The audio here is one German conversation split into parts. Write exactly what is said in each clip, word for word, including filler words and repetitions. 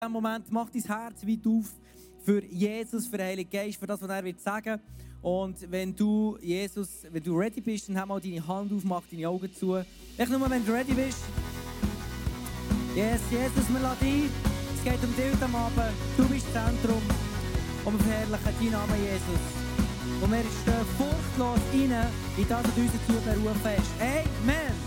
diesem Moment, mach dein Herz weit auf für Jesus, für den Heiligen Geist, für das, was er wird sagen. Und wenn du, Jesus, wenn du ready bist, dann hab mal deine Hand auf, mach deine Augen zu. Echt nur, wenn du ready bist. Yes, Jesus, wir laden ein. Es geht um dich am Abend. Du bist das Zentrum. Und wir verherrlichen deinen Namen, Jesus. Und wir stehen furchtlos rein, in das, was du uns dazu berufen hast. Amen.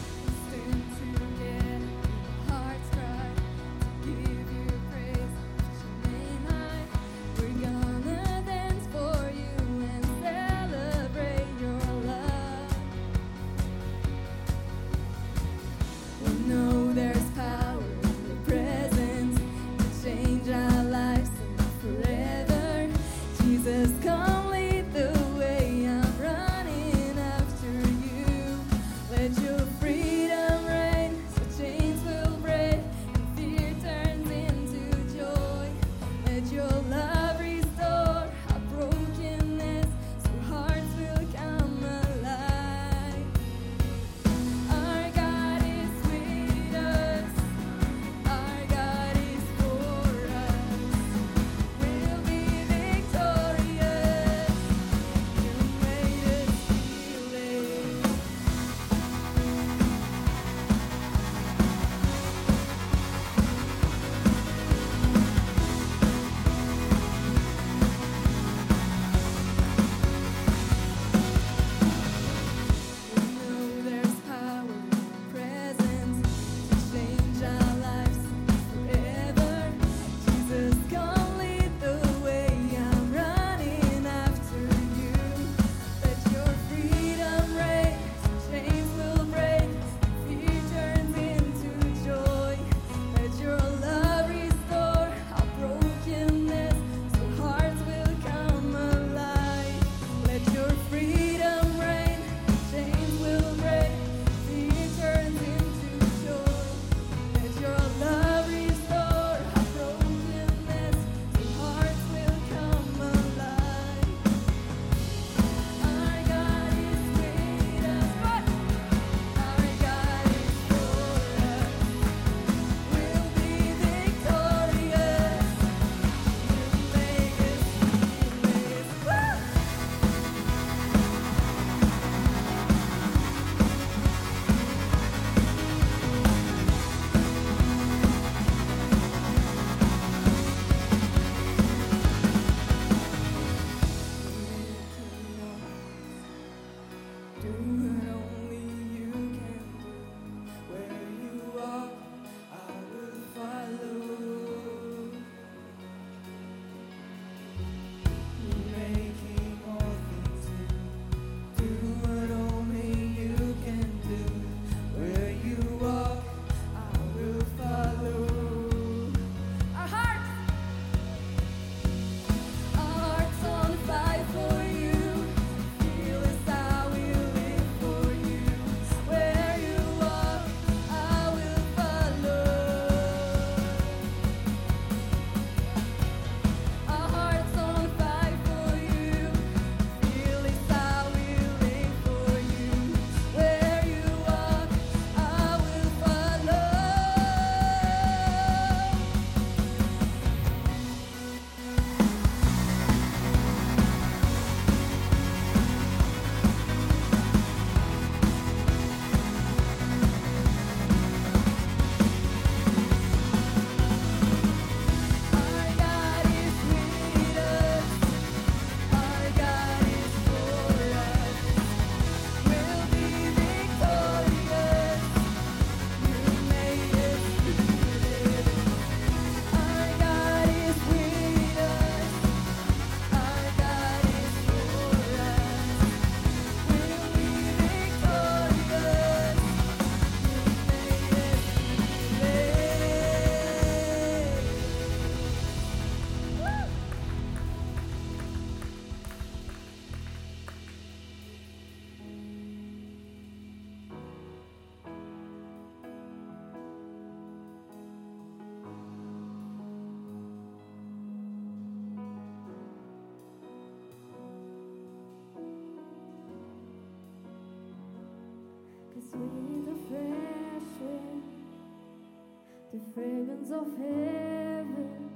Sweet the fresh wind, the fragrance of heaven,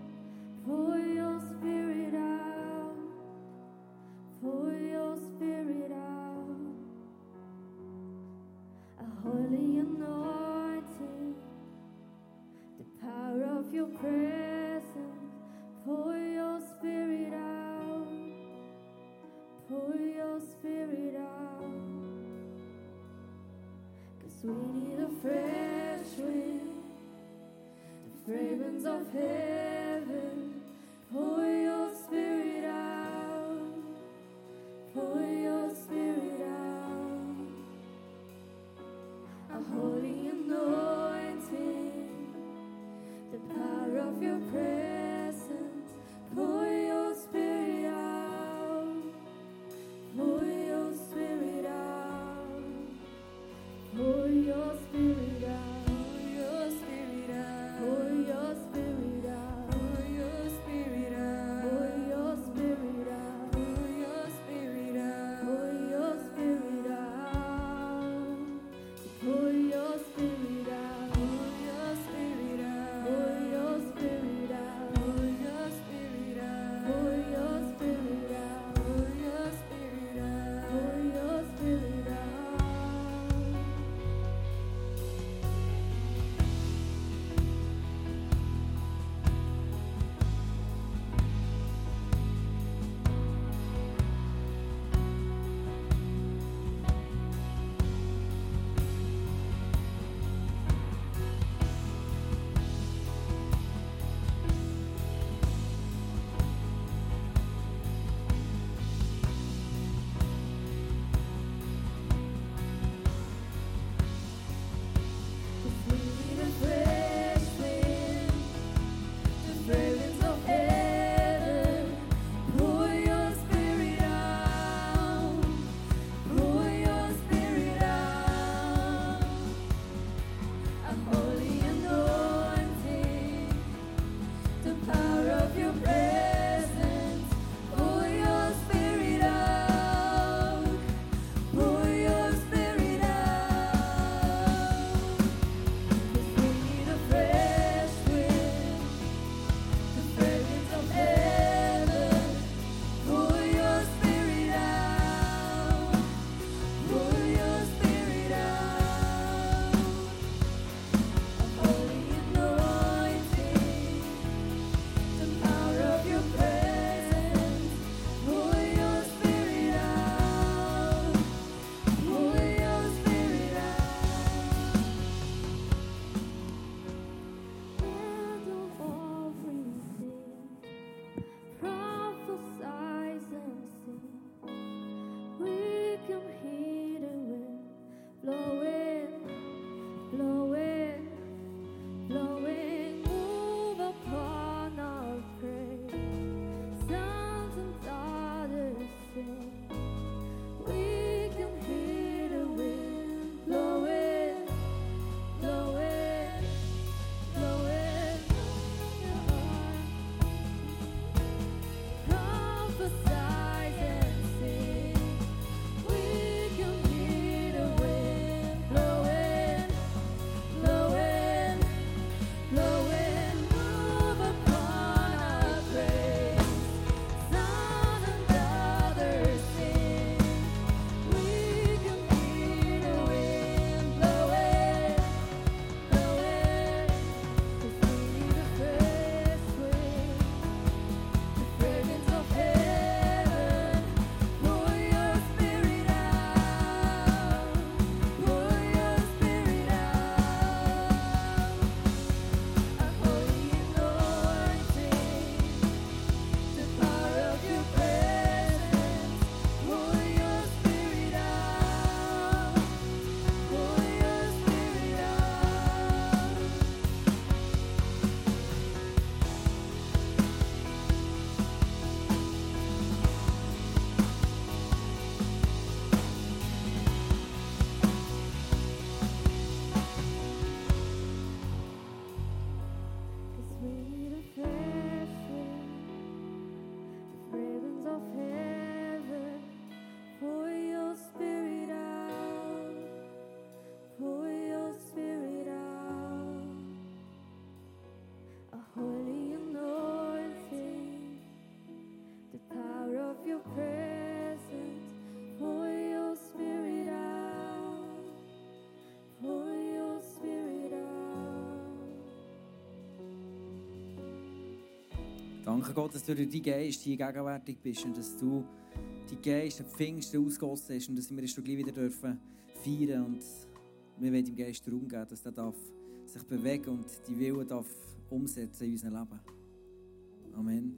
Pour your spirit out. Pour your spirit out. 'Cause we need a fresh wind, the fragrance of heaven. Pour your spirit out. Pour your spirit out. A holy anointing, the power of your presence. Pour your spirit out. Pour your spirit out. Pour your spirit out. Pour your spirit out. Pour your spirit out. Danke Gott, dass du durch deinen Geist hier gegenwärtig bist und dass du deinen Geist am Pfingsten ausgegossen hast und dass wir es schon gleich wieder dürfen feiern und wir wollen dem Geist Raum geben, dass er darf sich bewegen und die Wille darf umsetzen in unserem Leben. Amen.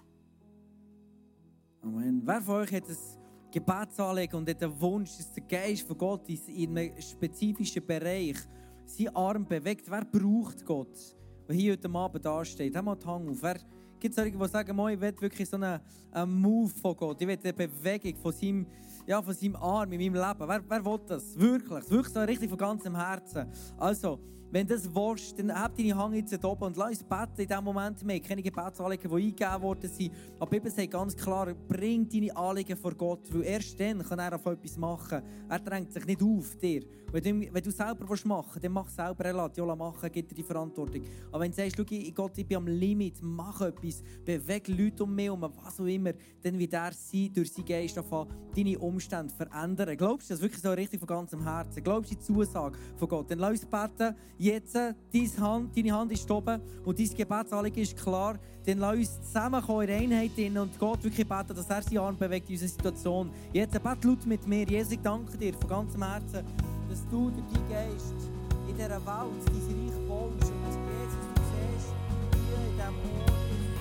Amen. Wer von euch hat ein Gebetsanliegen und hat einen Wunsch, dass der Geist von Gott in einem spezifischen Bereich seinen Arm bewegt? Wer braucht Gott, der hier heute Abend dasteht? Hör mal die Hand auf. Wer gibt es solche, die sagen, ich will wirklich so einen, einen Move von Gott, ich will eine Bewegung von seinem, ja, von seinem Arm in meinem Leben. Wer, wer will das? Wirklich, wirklich so richtig von ganzem Herzen. Also, wenn du das willst, dann hab deine Hand jetzt oben und lass uns beten in diesem Moment mehr. Keine Gebetsanliegen, die eingegeben worden sind. Aber die Bibel sagt ganz klar, bring deine Anliegen vor Gott, weil erst dann kann er auf etwas machen. Er drängt sich nicht auf dir. Wenn du, wenn du selber machen willst, dann mach selber. Er lässt Jola machen, gibt dir die Verantwortung. Aber wenn du sagst, schau, Gott, ich bin am Limit, mach etwas, bewege Leute um mich, um was auch immer, dann wird er sein, durch seinen Geist anfangen, deine Umstände verändern. Glaubst du das wirklich so richtig von ganzem Herzen? Glaubst du die Zusage von Gott? Dann lass uns beten. Jetzt, deine Hand, deine Hand ist oben und dein Gebetsanliegen ist klar. Dann lass uns zusammenkommen in Einheit und Gott wirklich beten, dass er seinen Arm bewegt in unserer Situation. Jetzt bete laut mit mir. Jesus, ich danke dir von ganzem Herzen, dass du durch deinen Geist in dieser Welt dein Reich baust und dass Jesus, du siehst, hier in diesem Ort.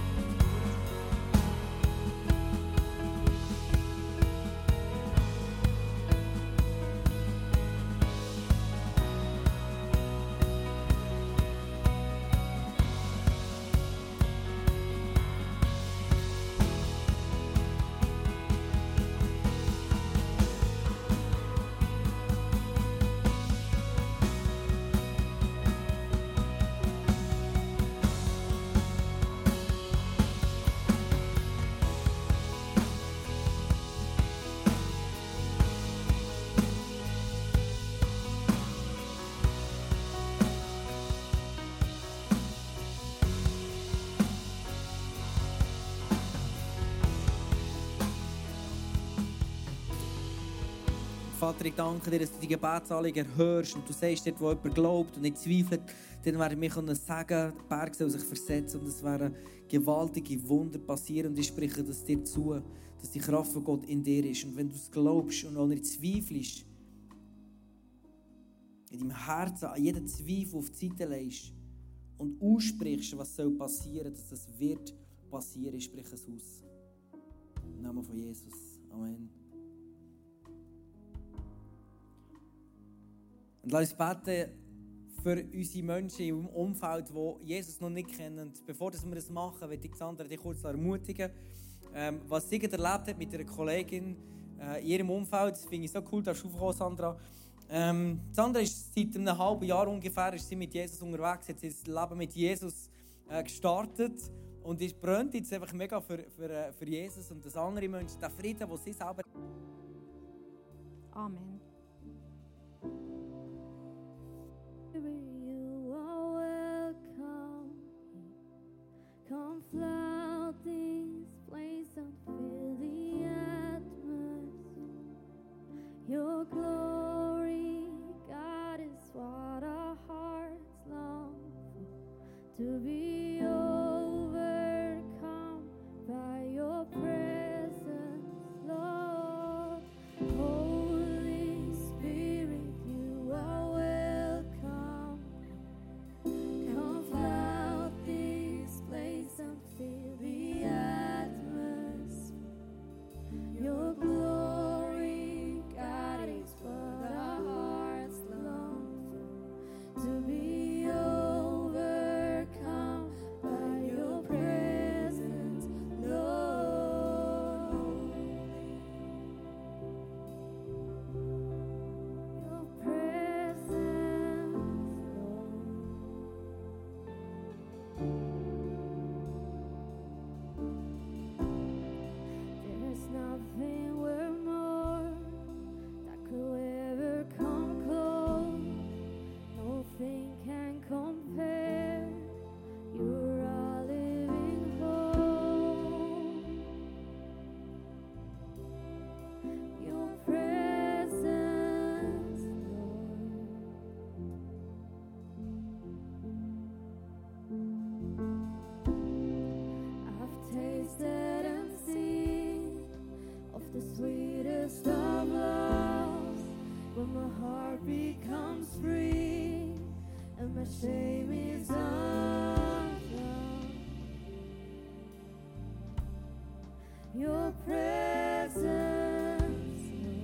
Vater, ich danke dir, dass du die Gebetsanliegen hörst und du sagst, dort, wo jemand glaubt und nicht zweifelt, dann werden wir sagen, der Berg soll sich versetzen und es werden gewaltige Wunder passieren. Und ich spreche das dir zu, dass die Kraft von Gott in dir ist. Und wenn du es glaubst und auch nicht zweifelst, in deinem Herzen an jeden Zweifel auf die Seite legst und aussprichst, was soll passieren, dass das wird passieren, ich spreche es aus. Im Namen von Jesus. Amen. Und lass uns beten für unsere Menschen im Umfeld, die Jesus noch nicht kennen. Und bevor wir das machen, möchte ich Sandra dich kurz ermutigen, ähm, was sie erlebt hat mit einer Kollegin äh, in ihrem Umfeld. Das finde ich so cool, dass du aufkommen, Sandra. Ähm, Sandra ist seit einem halben Jahr ungefähr ist sie mit Jesus unterwegs. Hat sie das Leben mit Jesus äh, gestartet und ist brennt jetzt einfach mega für, für, für Jesus und das andere Menschen, den Frieden, den sie selber... Amen. You are welcome. Come flood this place and fill the atmosphere. Your glory, God, is what our hearts long for. To be overcome by your presence, Lord. Holy Spirit, you are welcome. Come flood this place and fill your presence,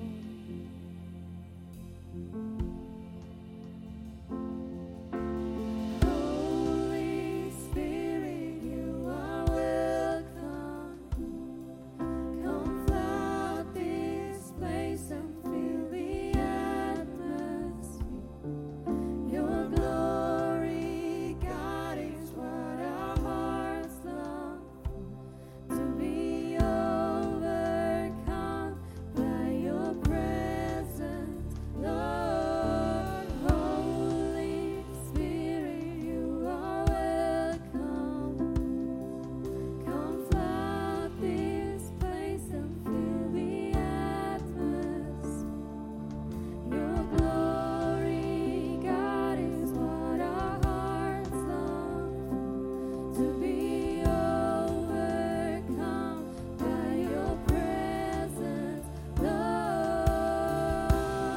Holy Spirit, you are welcome. Come flood this place and fill the atmosphere. Your glory, God, is what our hearts long for. To be overcome by your presence, Lord. Holy Spirit, you are welcome. Come flood this place and fill the atmosphere. Your glory, God, is what our hearts long for. To be overcome by your presence, Lord.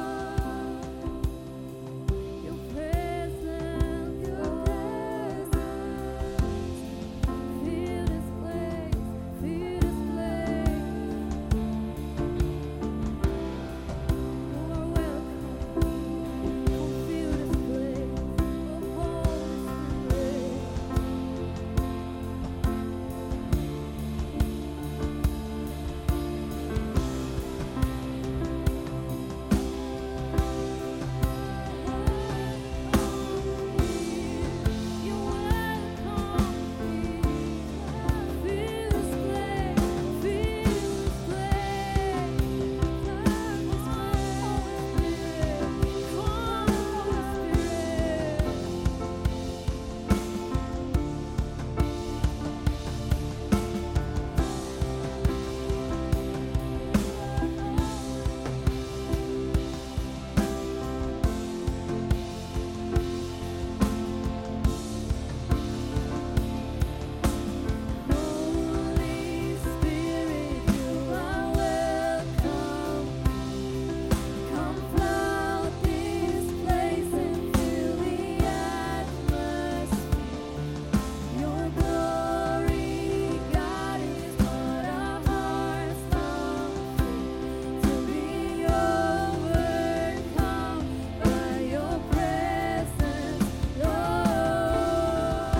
Your presence, your presence. Fill this place, fill this place. You are welcome. Come fill this place. Oh, Holy Spirit. You're welcome. Fill this place, fill this place. Come, Holy Spirit. Come, Holy Spirit. Holy Spirit, you are welcome. Come flood this place and fill the atmosphere. Your glory, God, is what our hearts long for. To be overcome by your presence, Lord.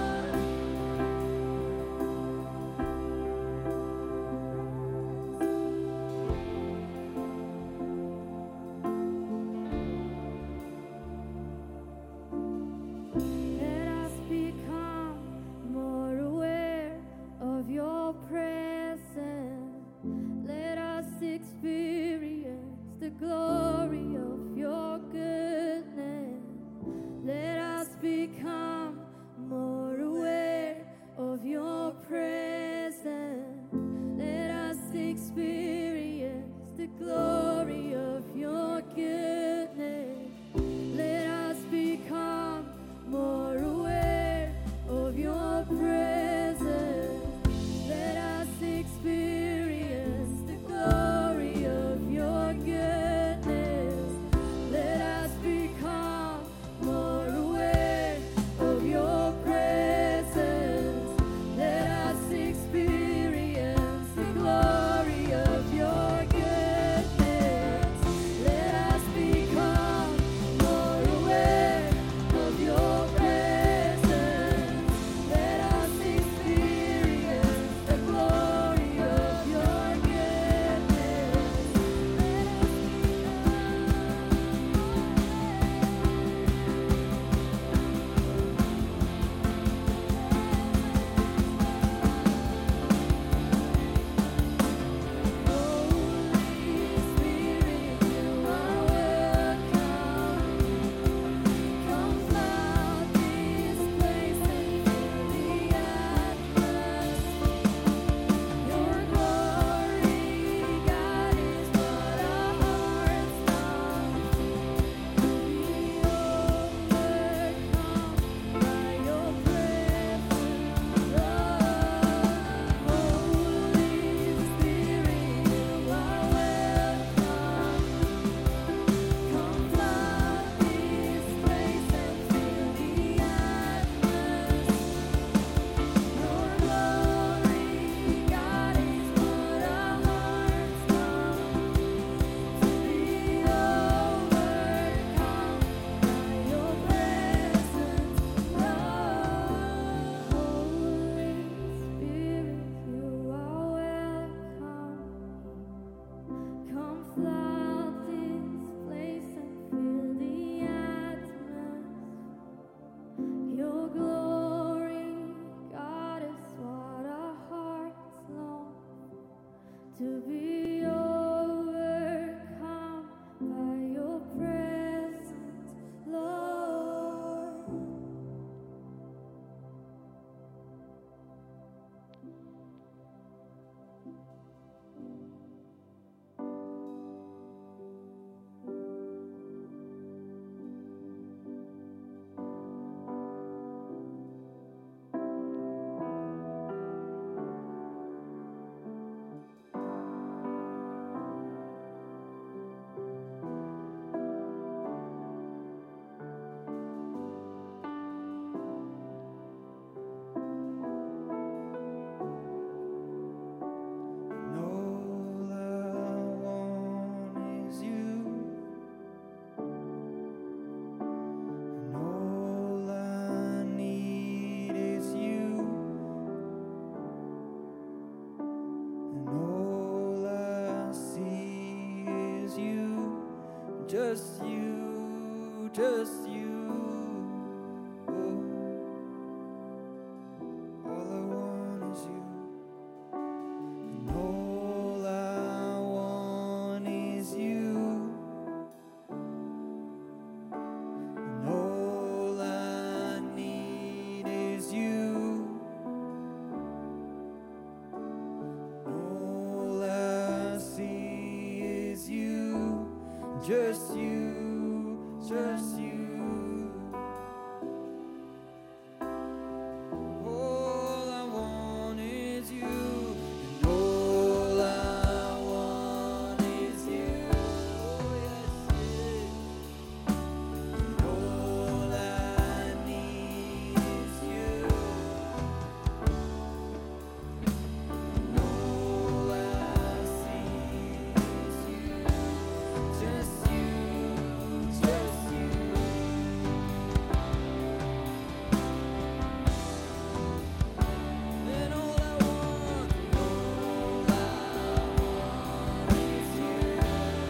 Let us become more aware of your presence. Let us experience the glory of your goodness. Let us become more aware of your presence. Let us experience the glory of your goodness. Let us become more aware of your presence. Let us experience the glory of your goodness. Let us become more aware of your presence. Let us experience the glory of your goodness. to be overcome by your presence, Lord. Just you, just you. Oh. All I want is you. And all I want is you. And all I need is you. All I see is you. Just you, just you. All I want is you, and all I want is you. Oh yes, yeah. And all I need is you. And all I see is you. Just you, just you. And all I want, all I want is you.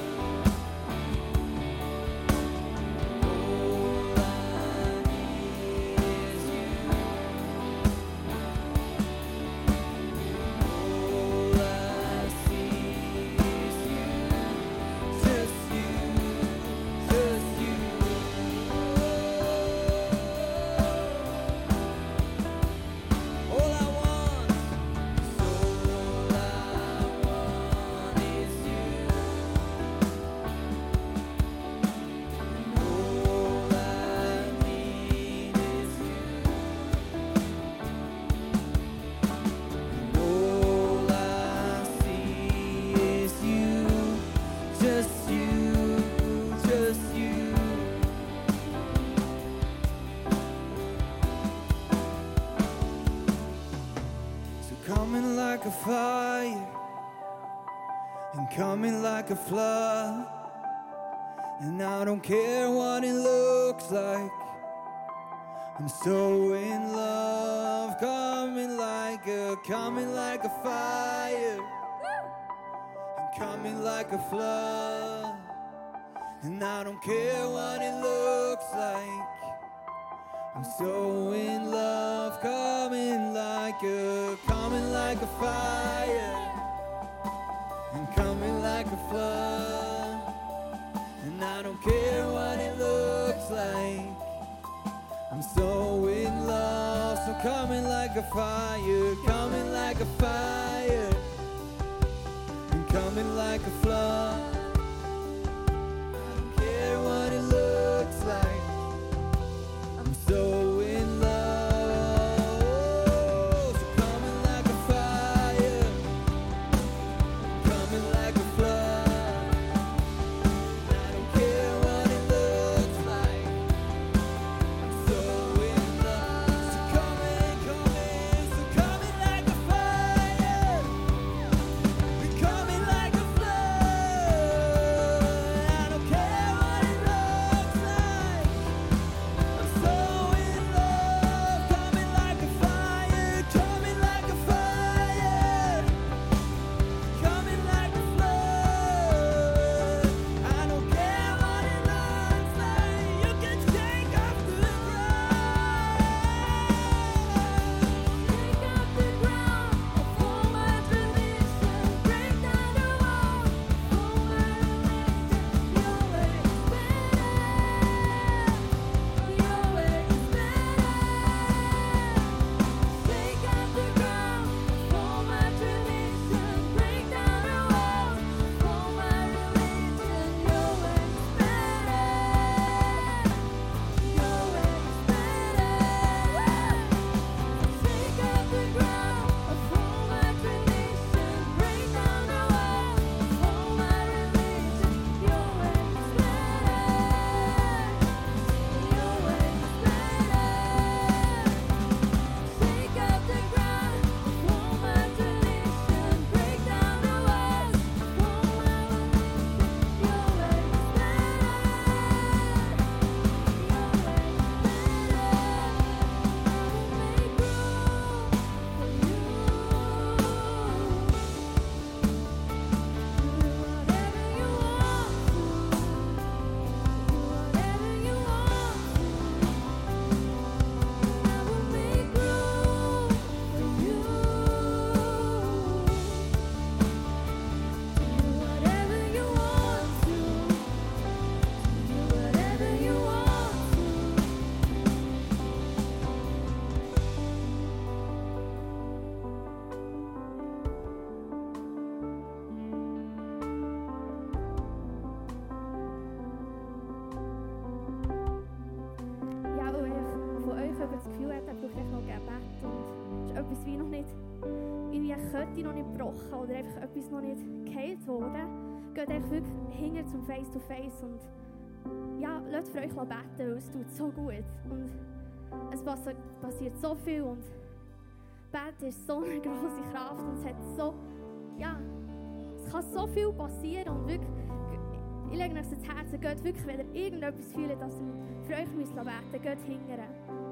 All I need is you. All I see is you. Just you, just you. All I want, all I want is you. All I need is you. All I see is you. Just you, just you. So coming like a fire and coming like a flood, and I don't care what it looks like. I'm so in love, coming like a, coming like a fire, and coming like a flood, and I don't care what it looks like. I'm so in love, coming like a, coming like a fire, and coming like a flood, and I don't care what it looks like. I'm so in love, so coming like a fire, coming like a fire, and coming like a flood. I don't care what it looks like. I'm so in love, so coming like a fire, coming like a flood. I don't care what it looks like. I'm so in love, so coming, coming, so coming like a fire. Kette noch nicht gebrochen oder einfach etwas noch nicht geheilt wurde, geht einfach wirklich hinter zum Face-to-Face und ja, lasst für euch beten, weil es tut so gut. Und es passiert so viel und Beten ist so eine grosse Kraft und es hat so, ja, es kann so viel passieren und wirklich, ich lege euch ins Herz, geht wirklich, wenn ihr irgendetwas fühlt, dass ihr für euch müsst beten müsst, geht hinterher.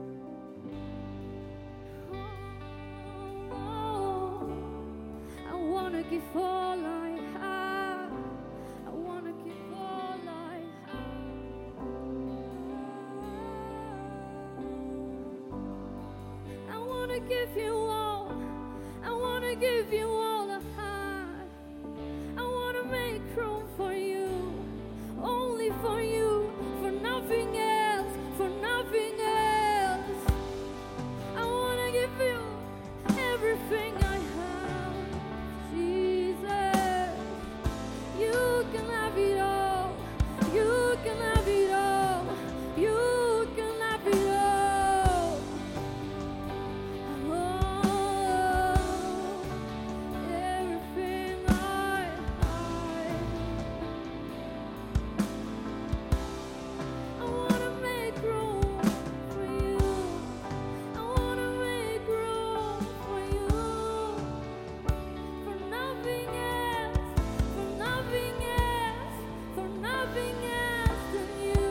I wanna give all I have. I wanna give all I have. I wanna give you all. I wanna give you all I have. I wanna make room for you, only for you, for nothing else, for nothing else. I wanna give you everything I have, Jesus. You can have it all. You can have it all. You can have it all. Oh, everything I have. I wanna make room for you. I wanna make room for you. For nothing else, for nothing else, for nothing else than you.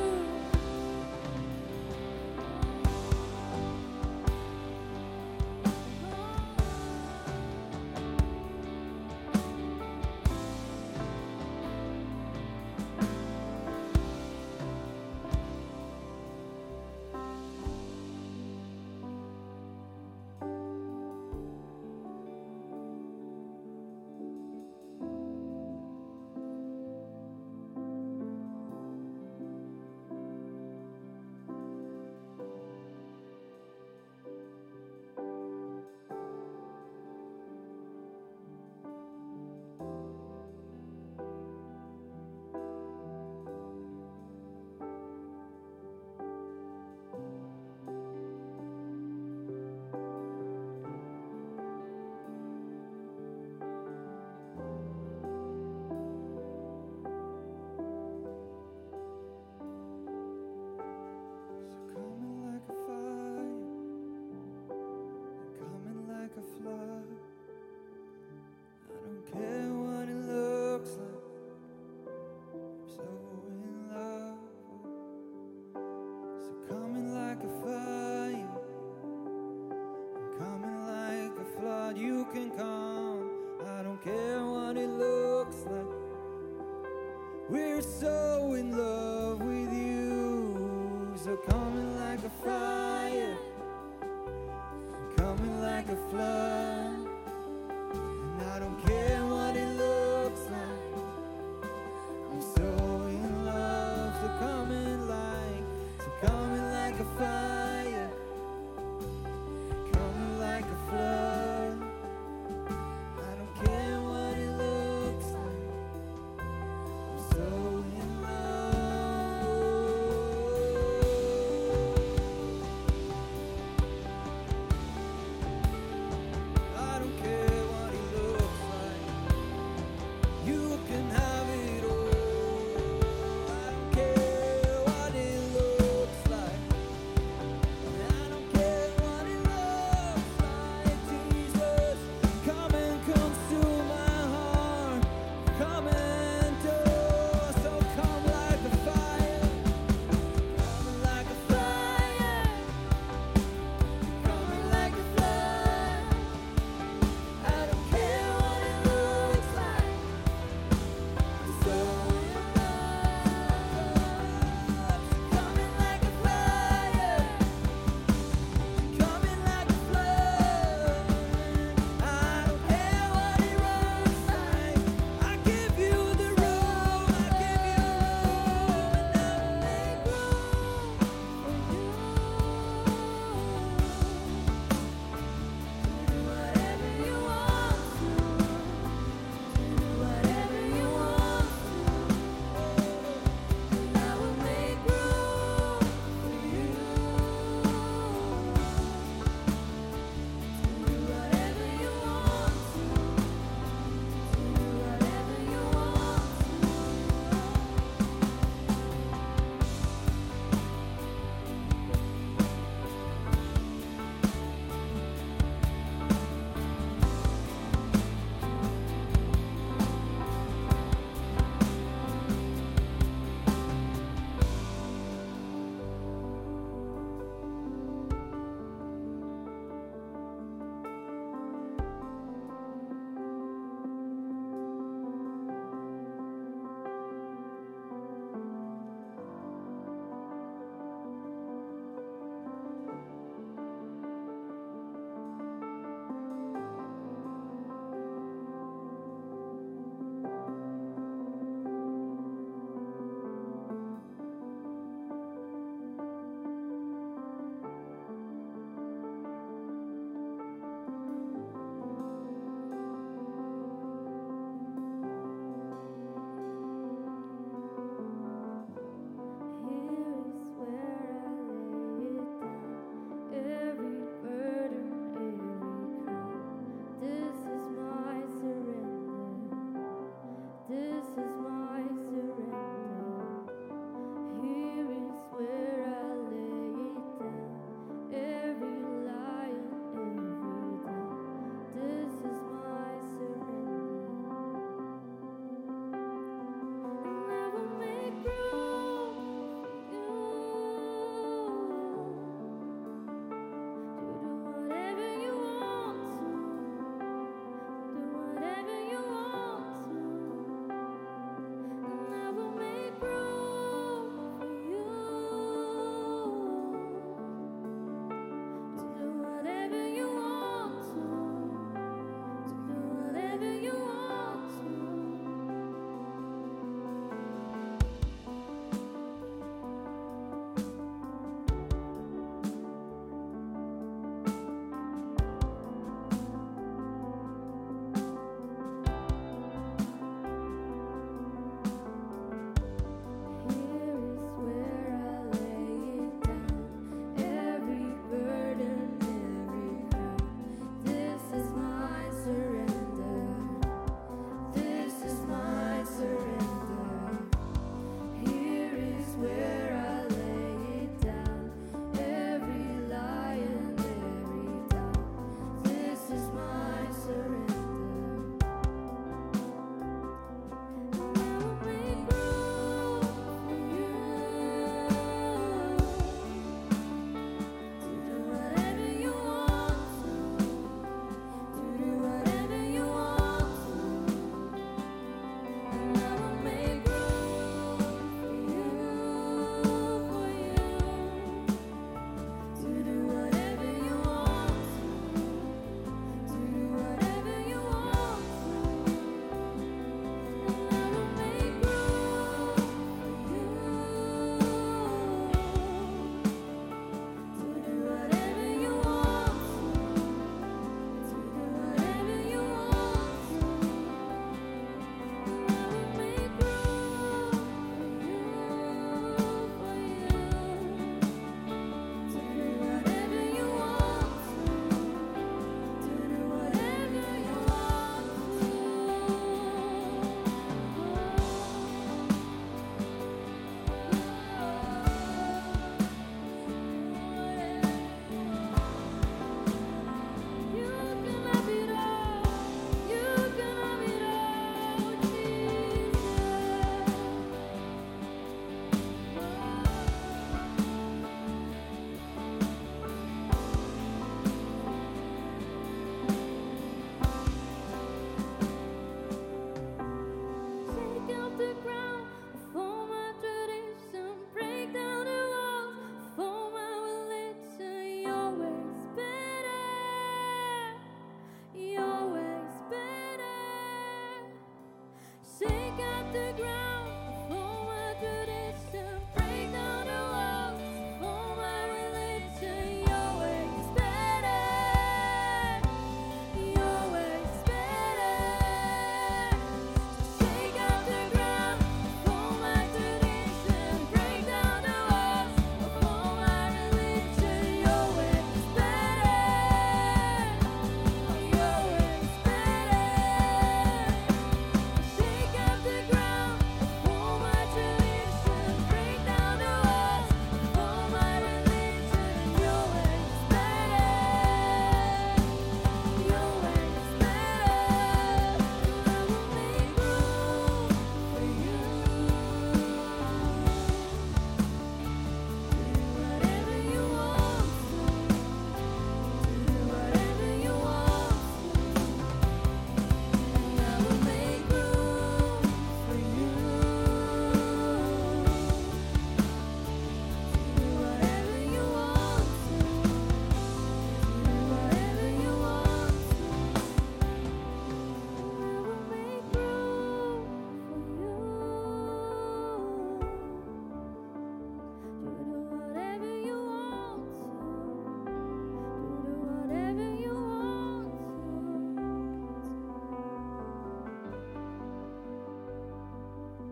So coming like a fire, coming like a flood. I don't care what it looks like. I'm so in love. So coming like a fire, coming like a flood. You can come. I don't care what it looks like. We're so in love with you. So coming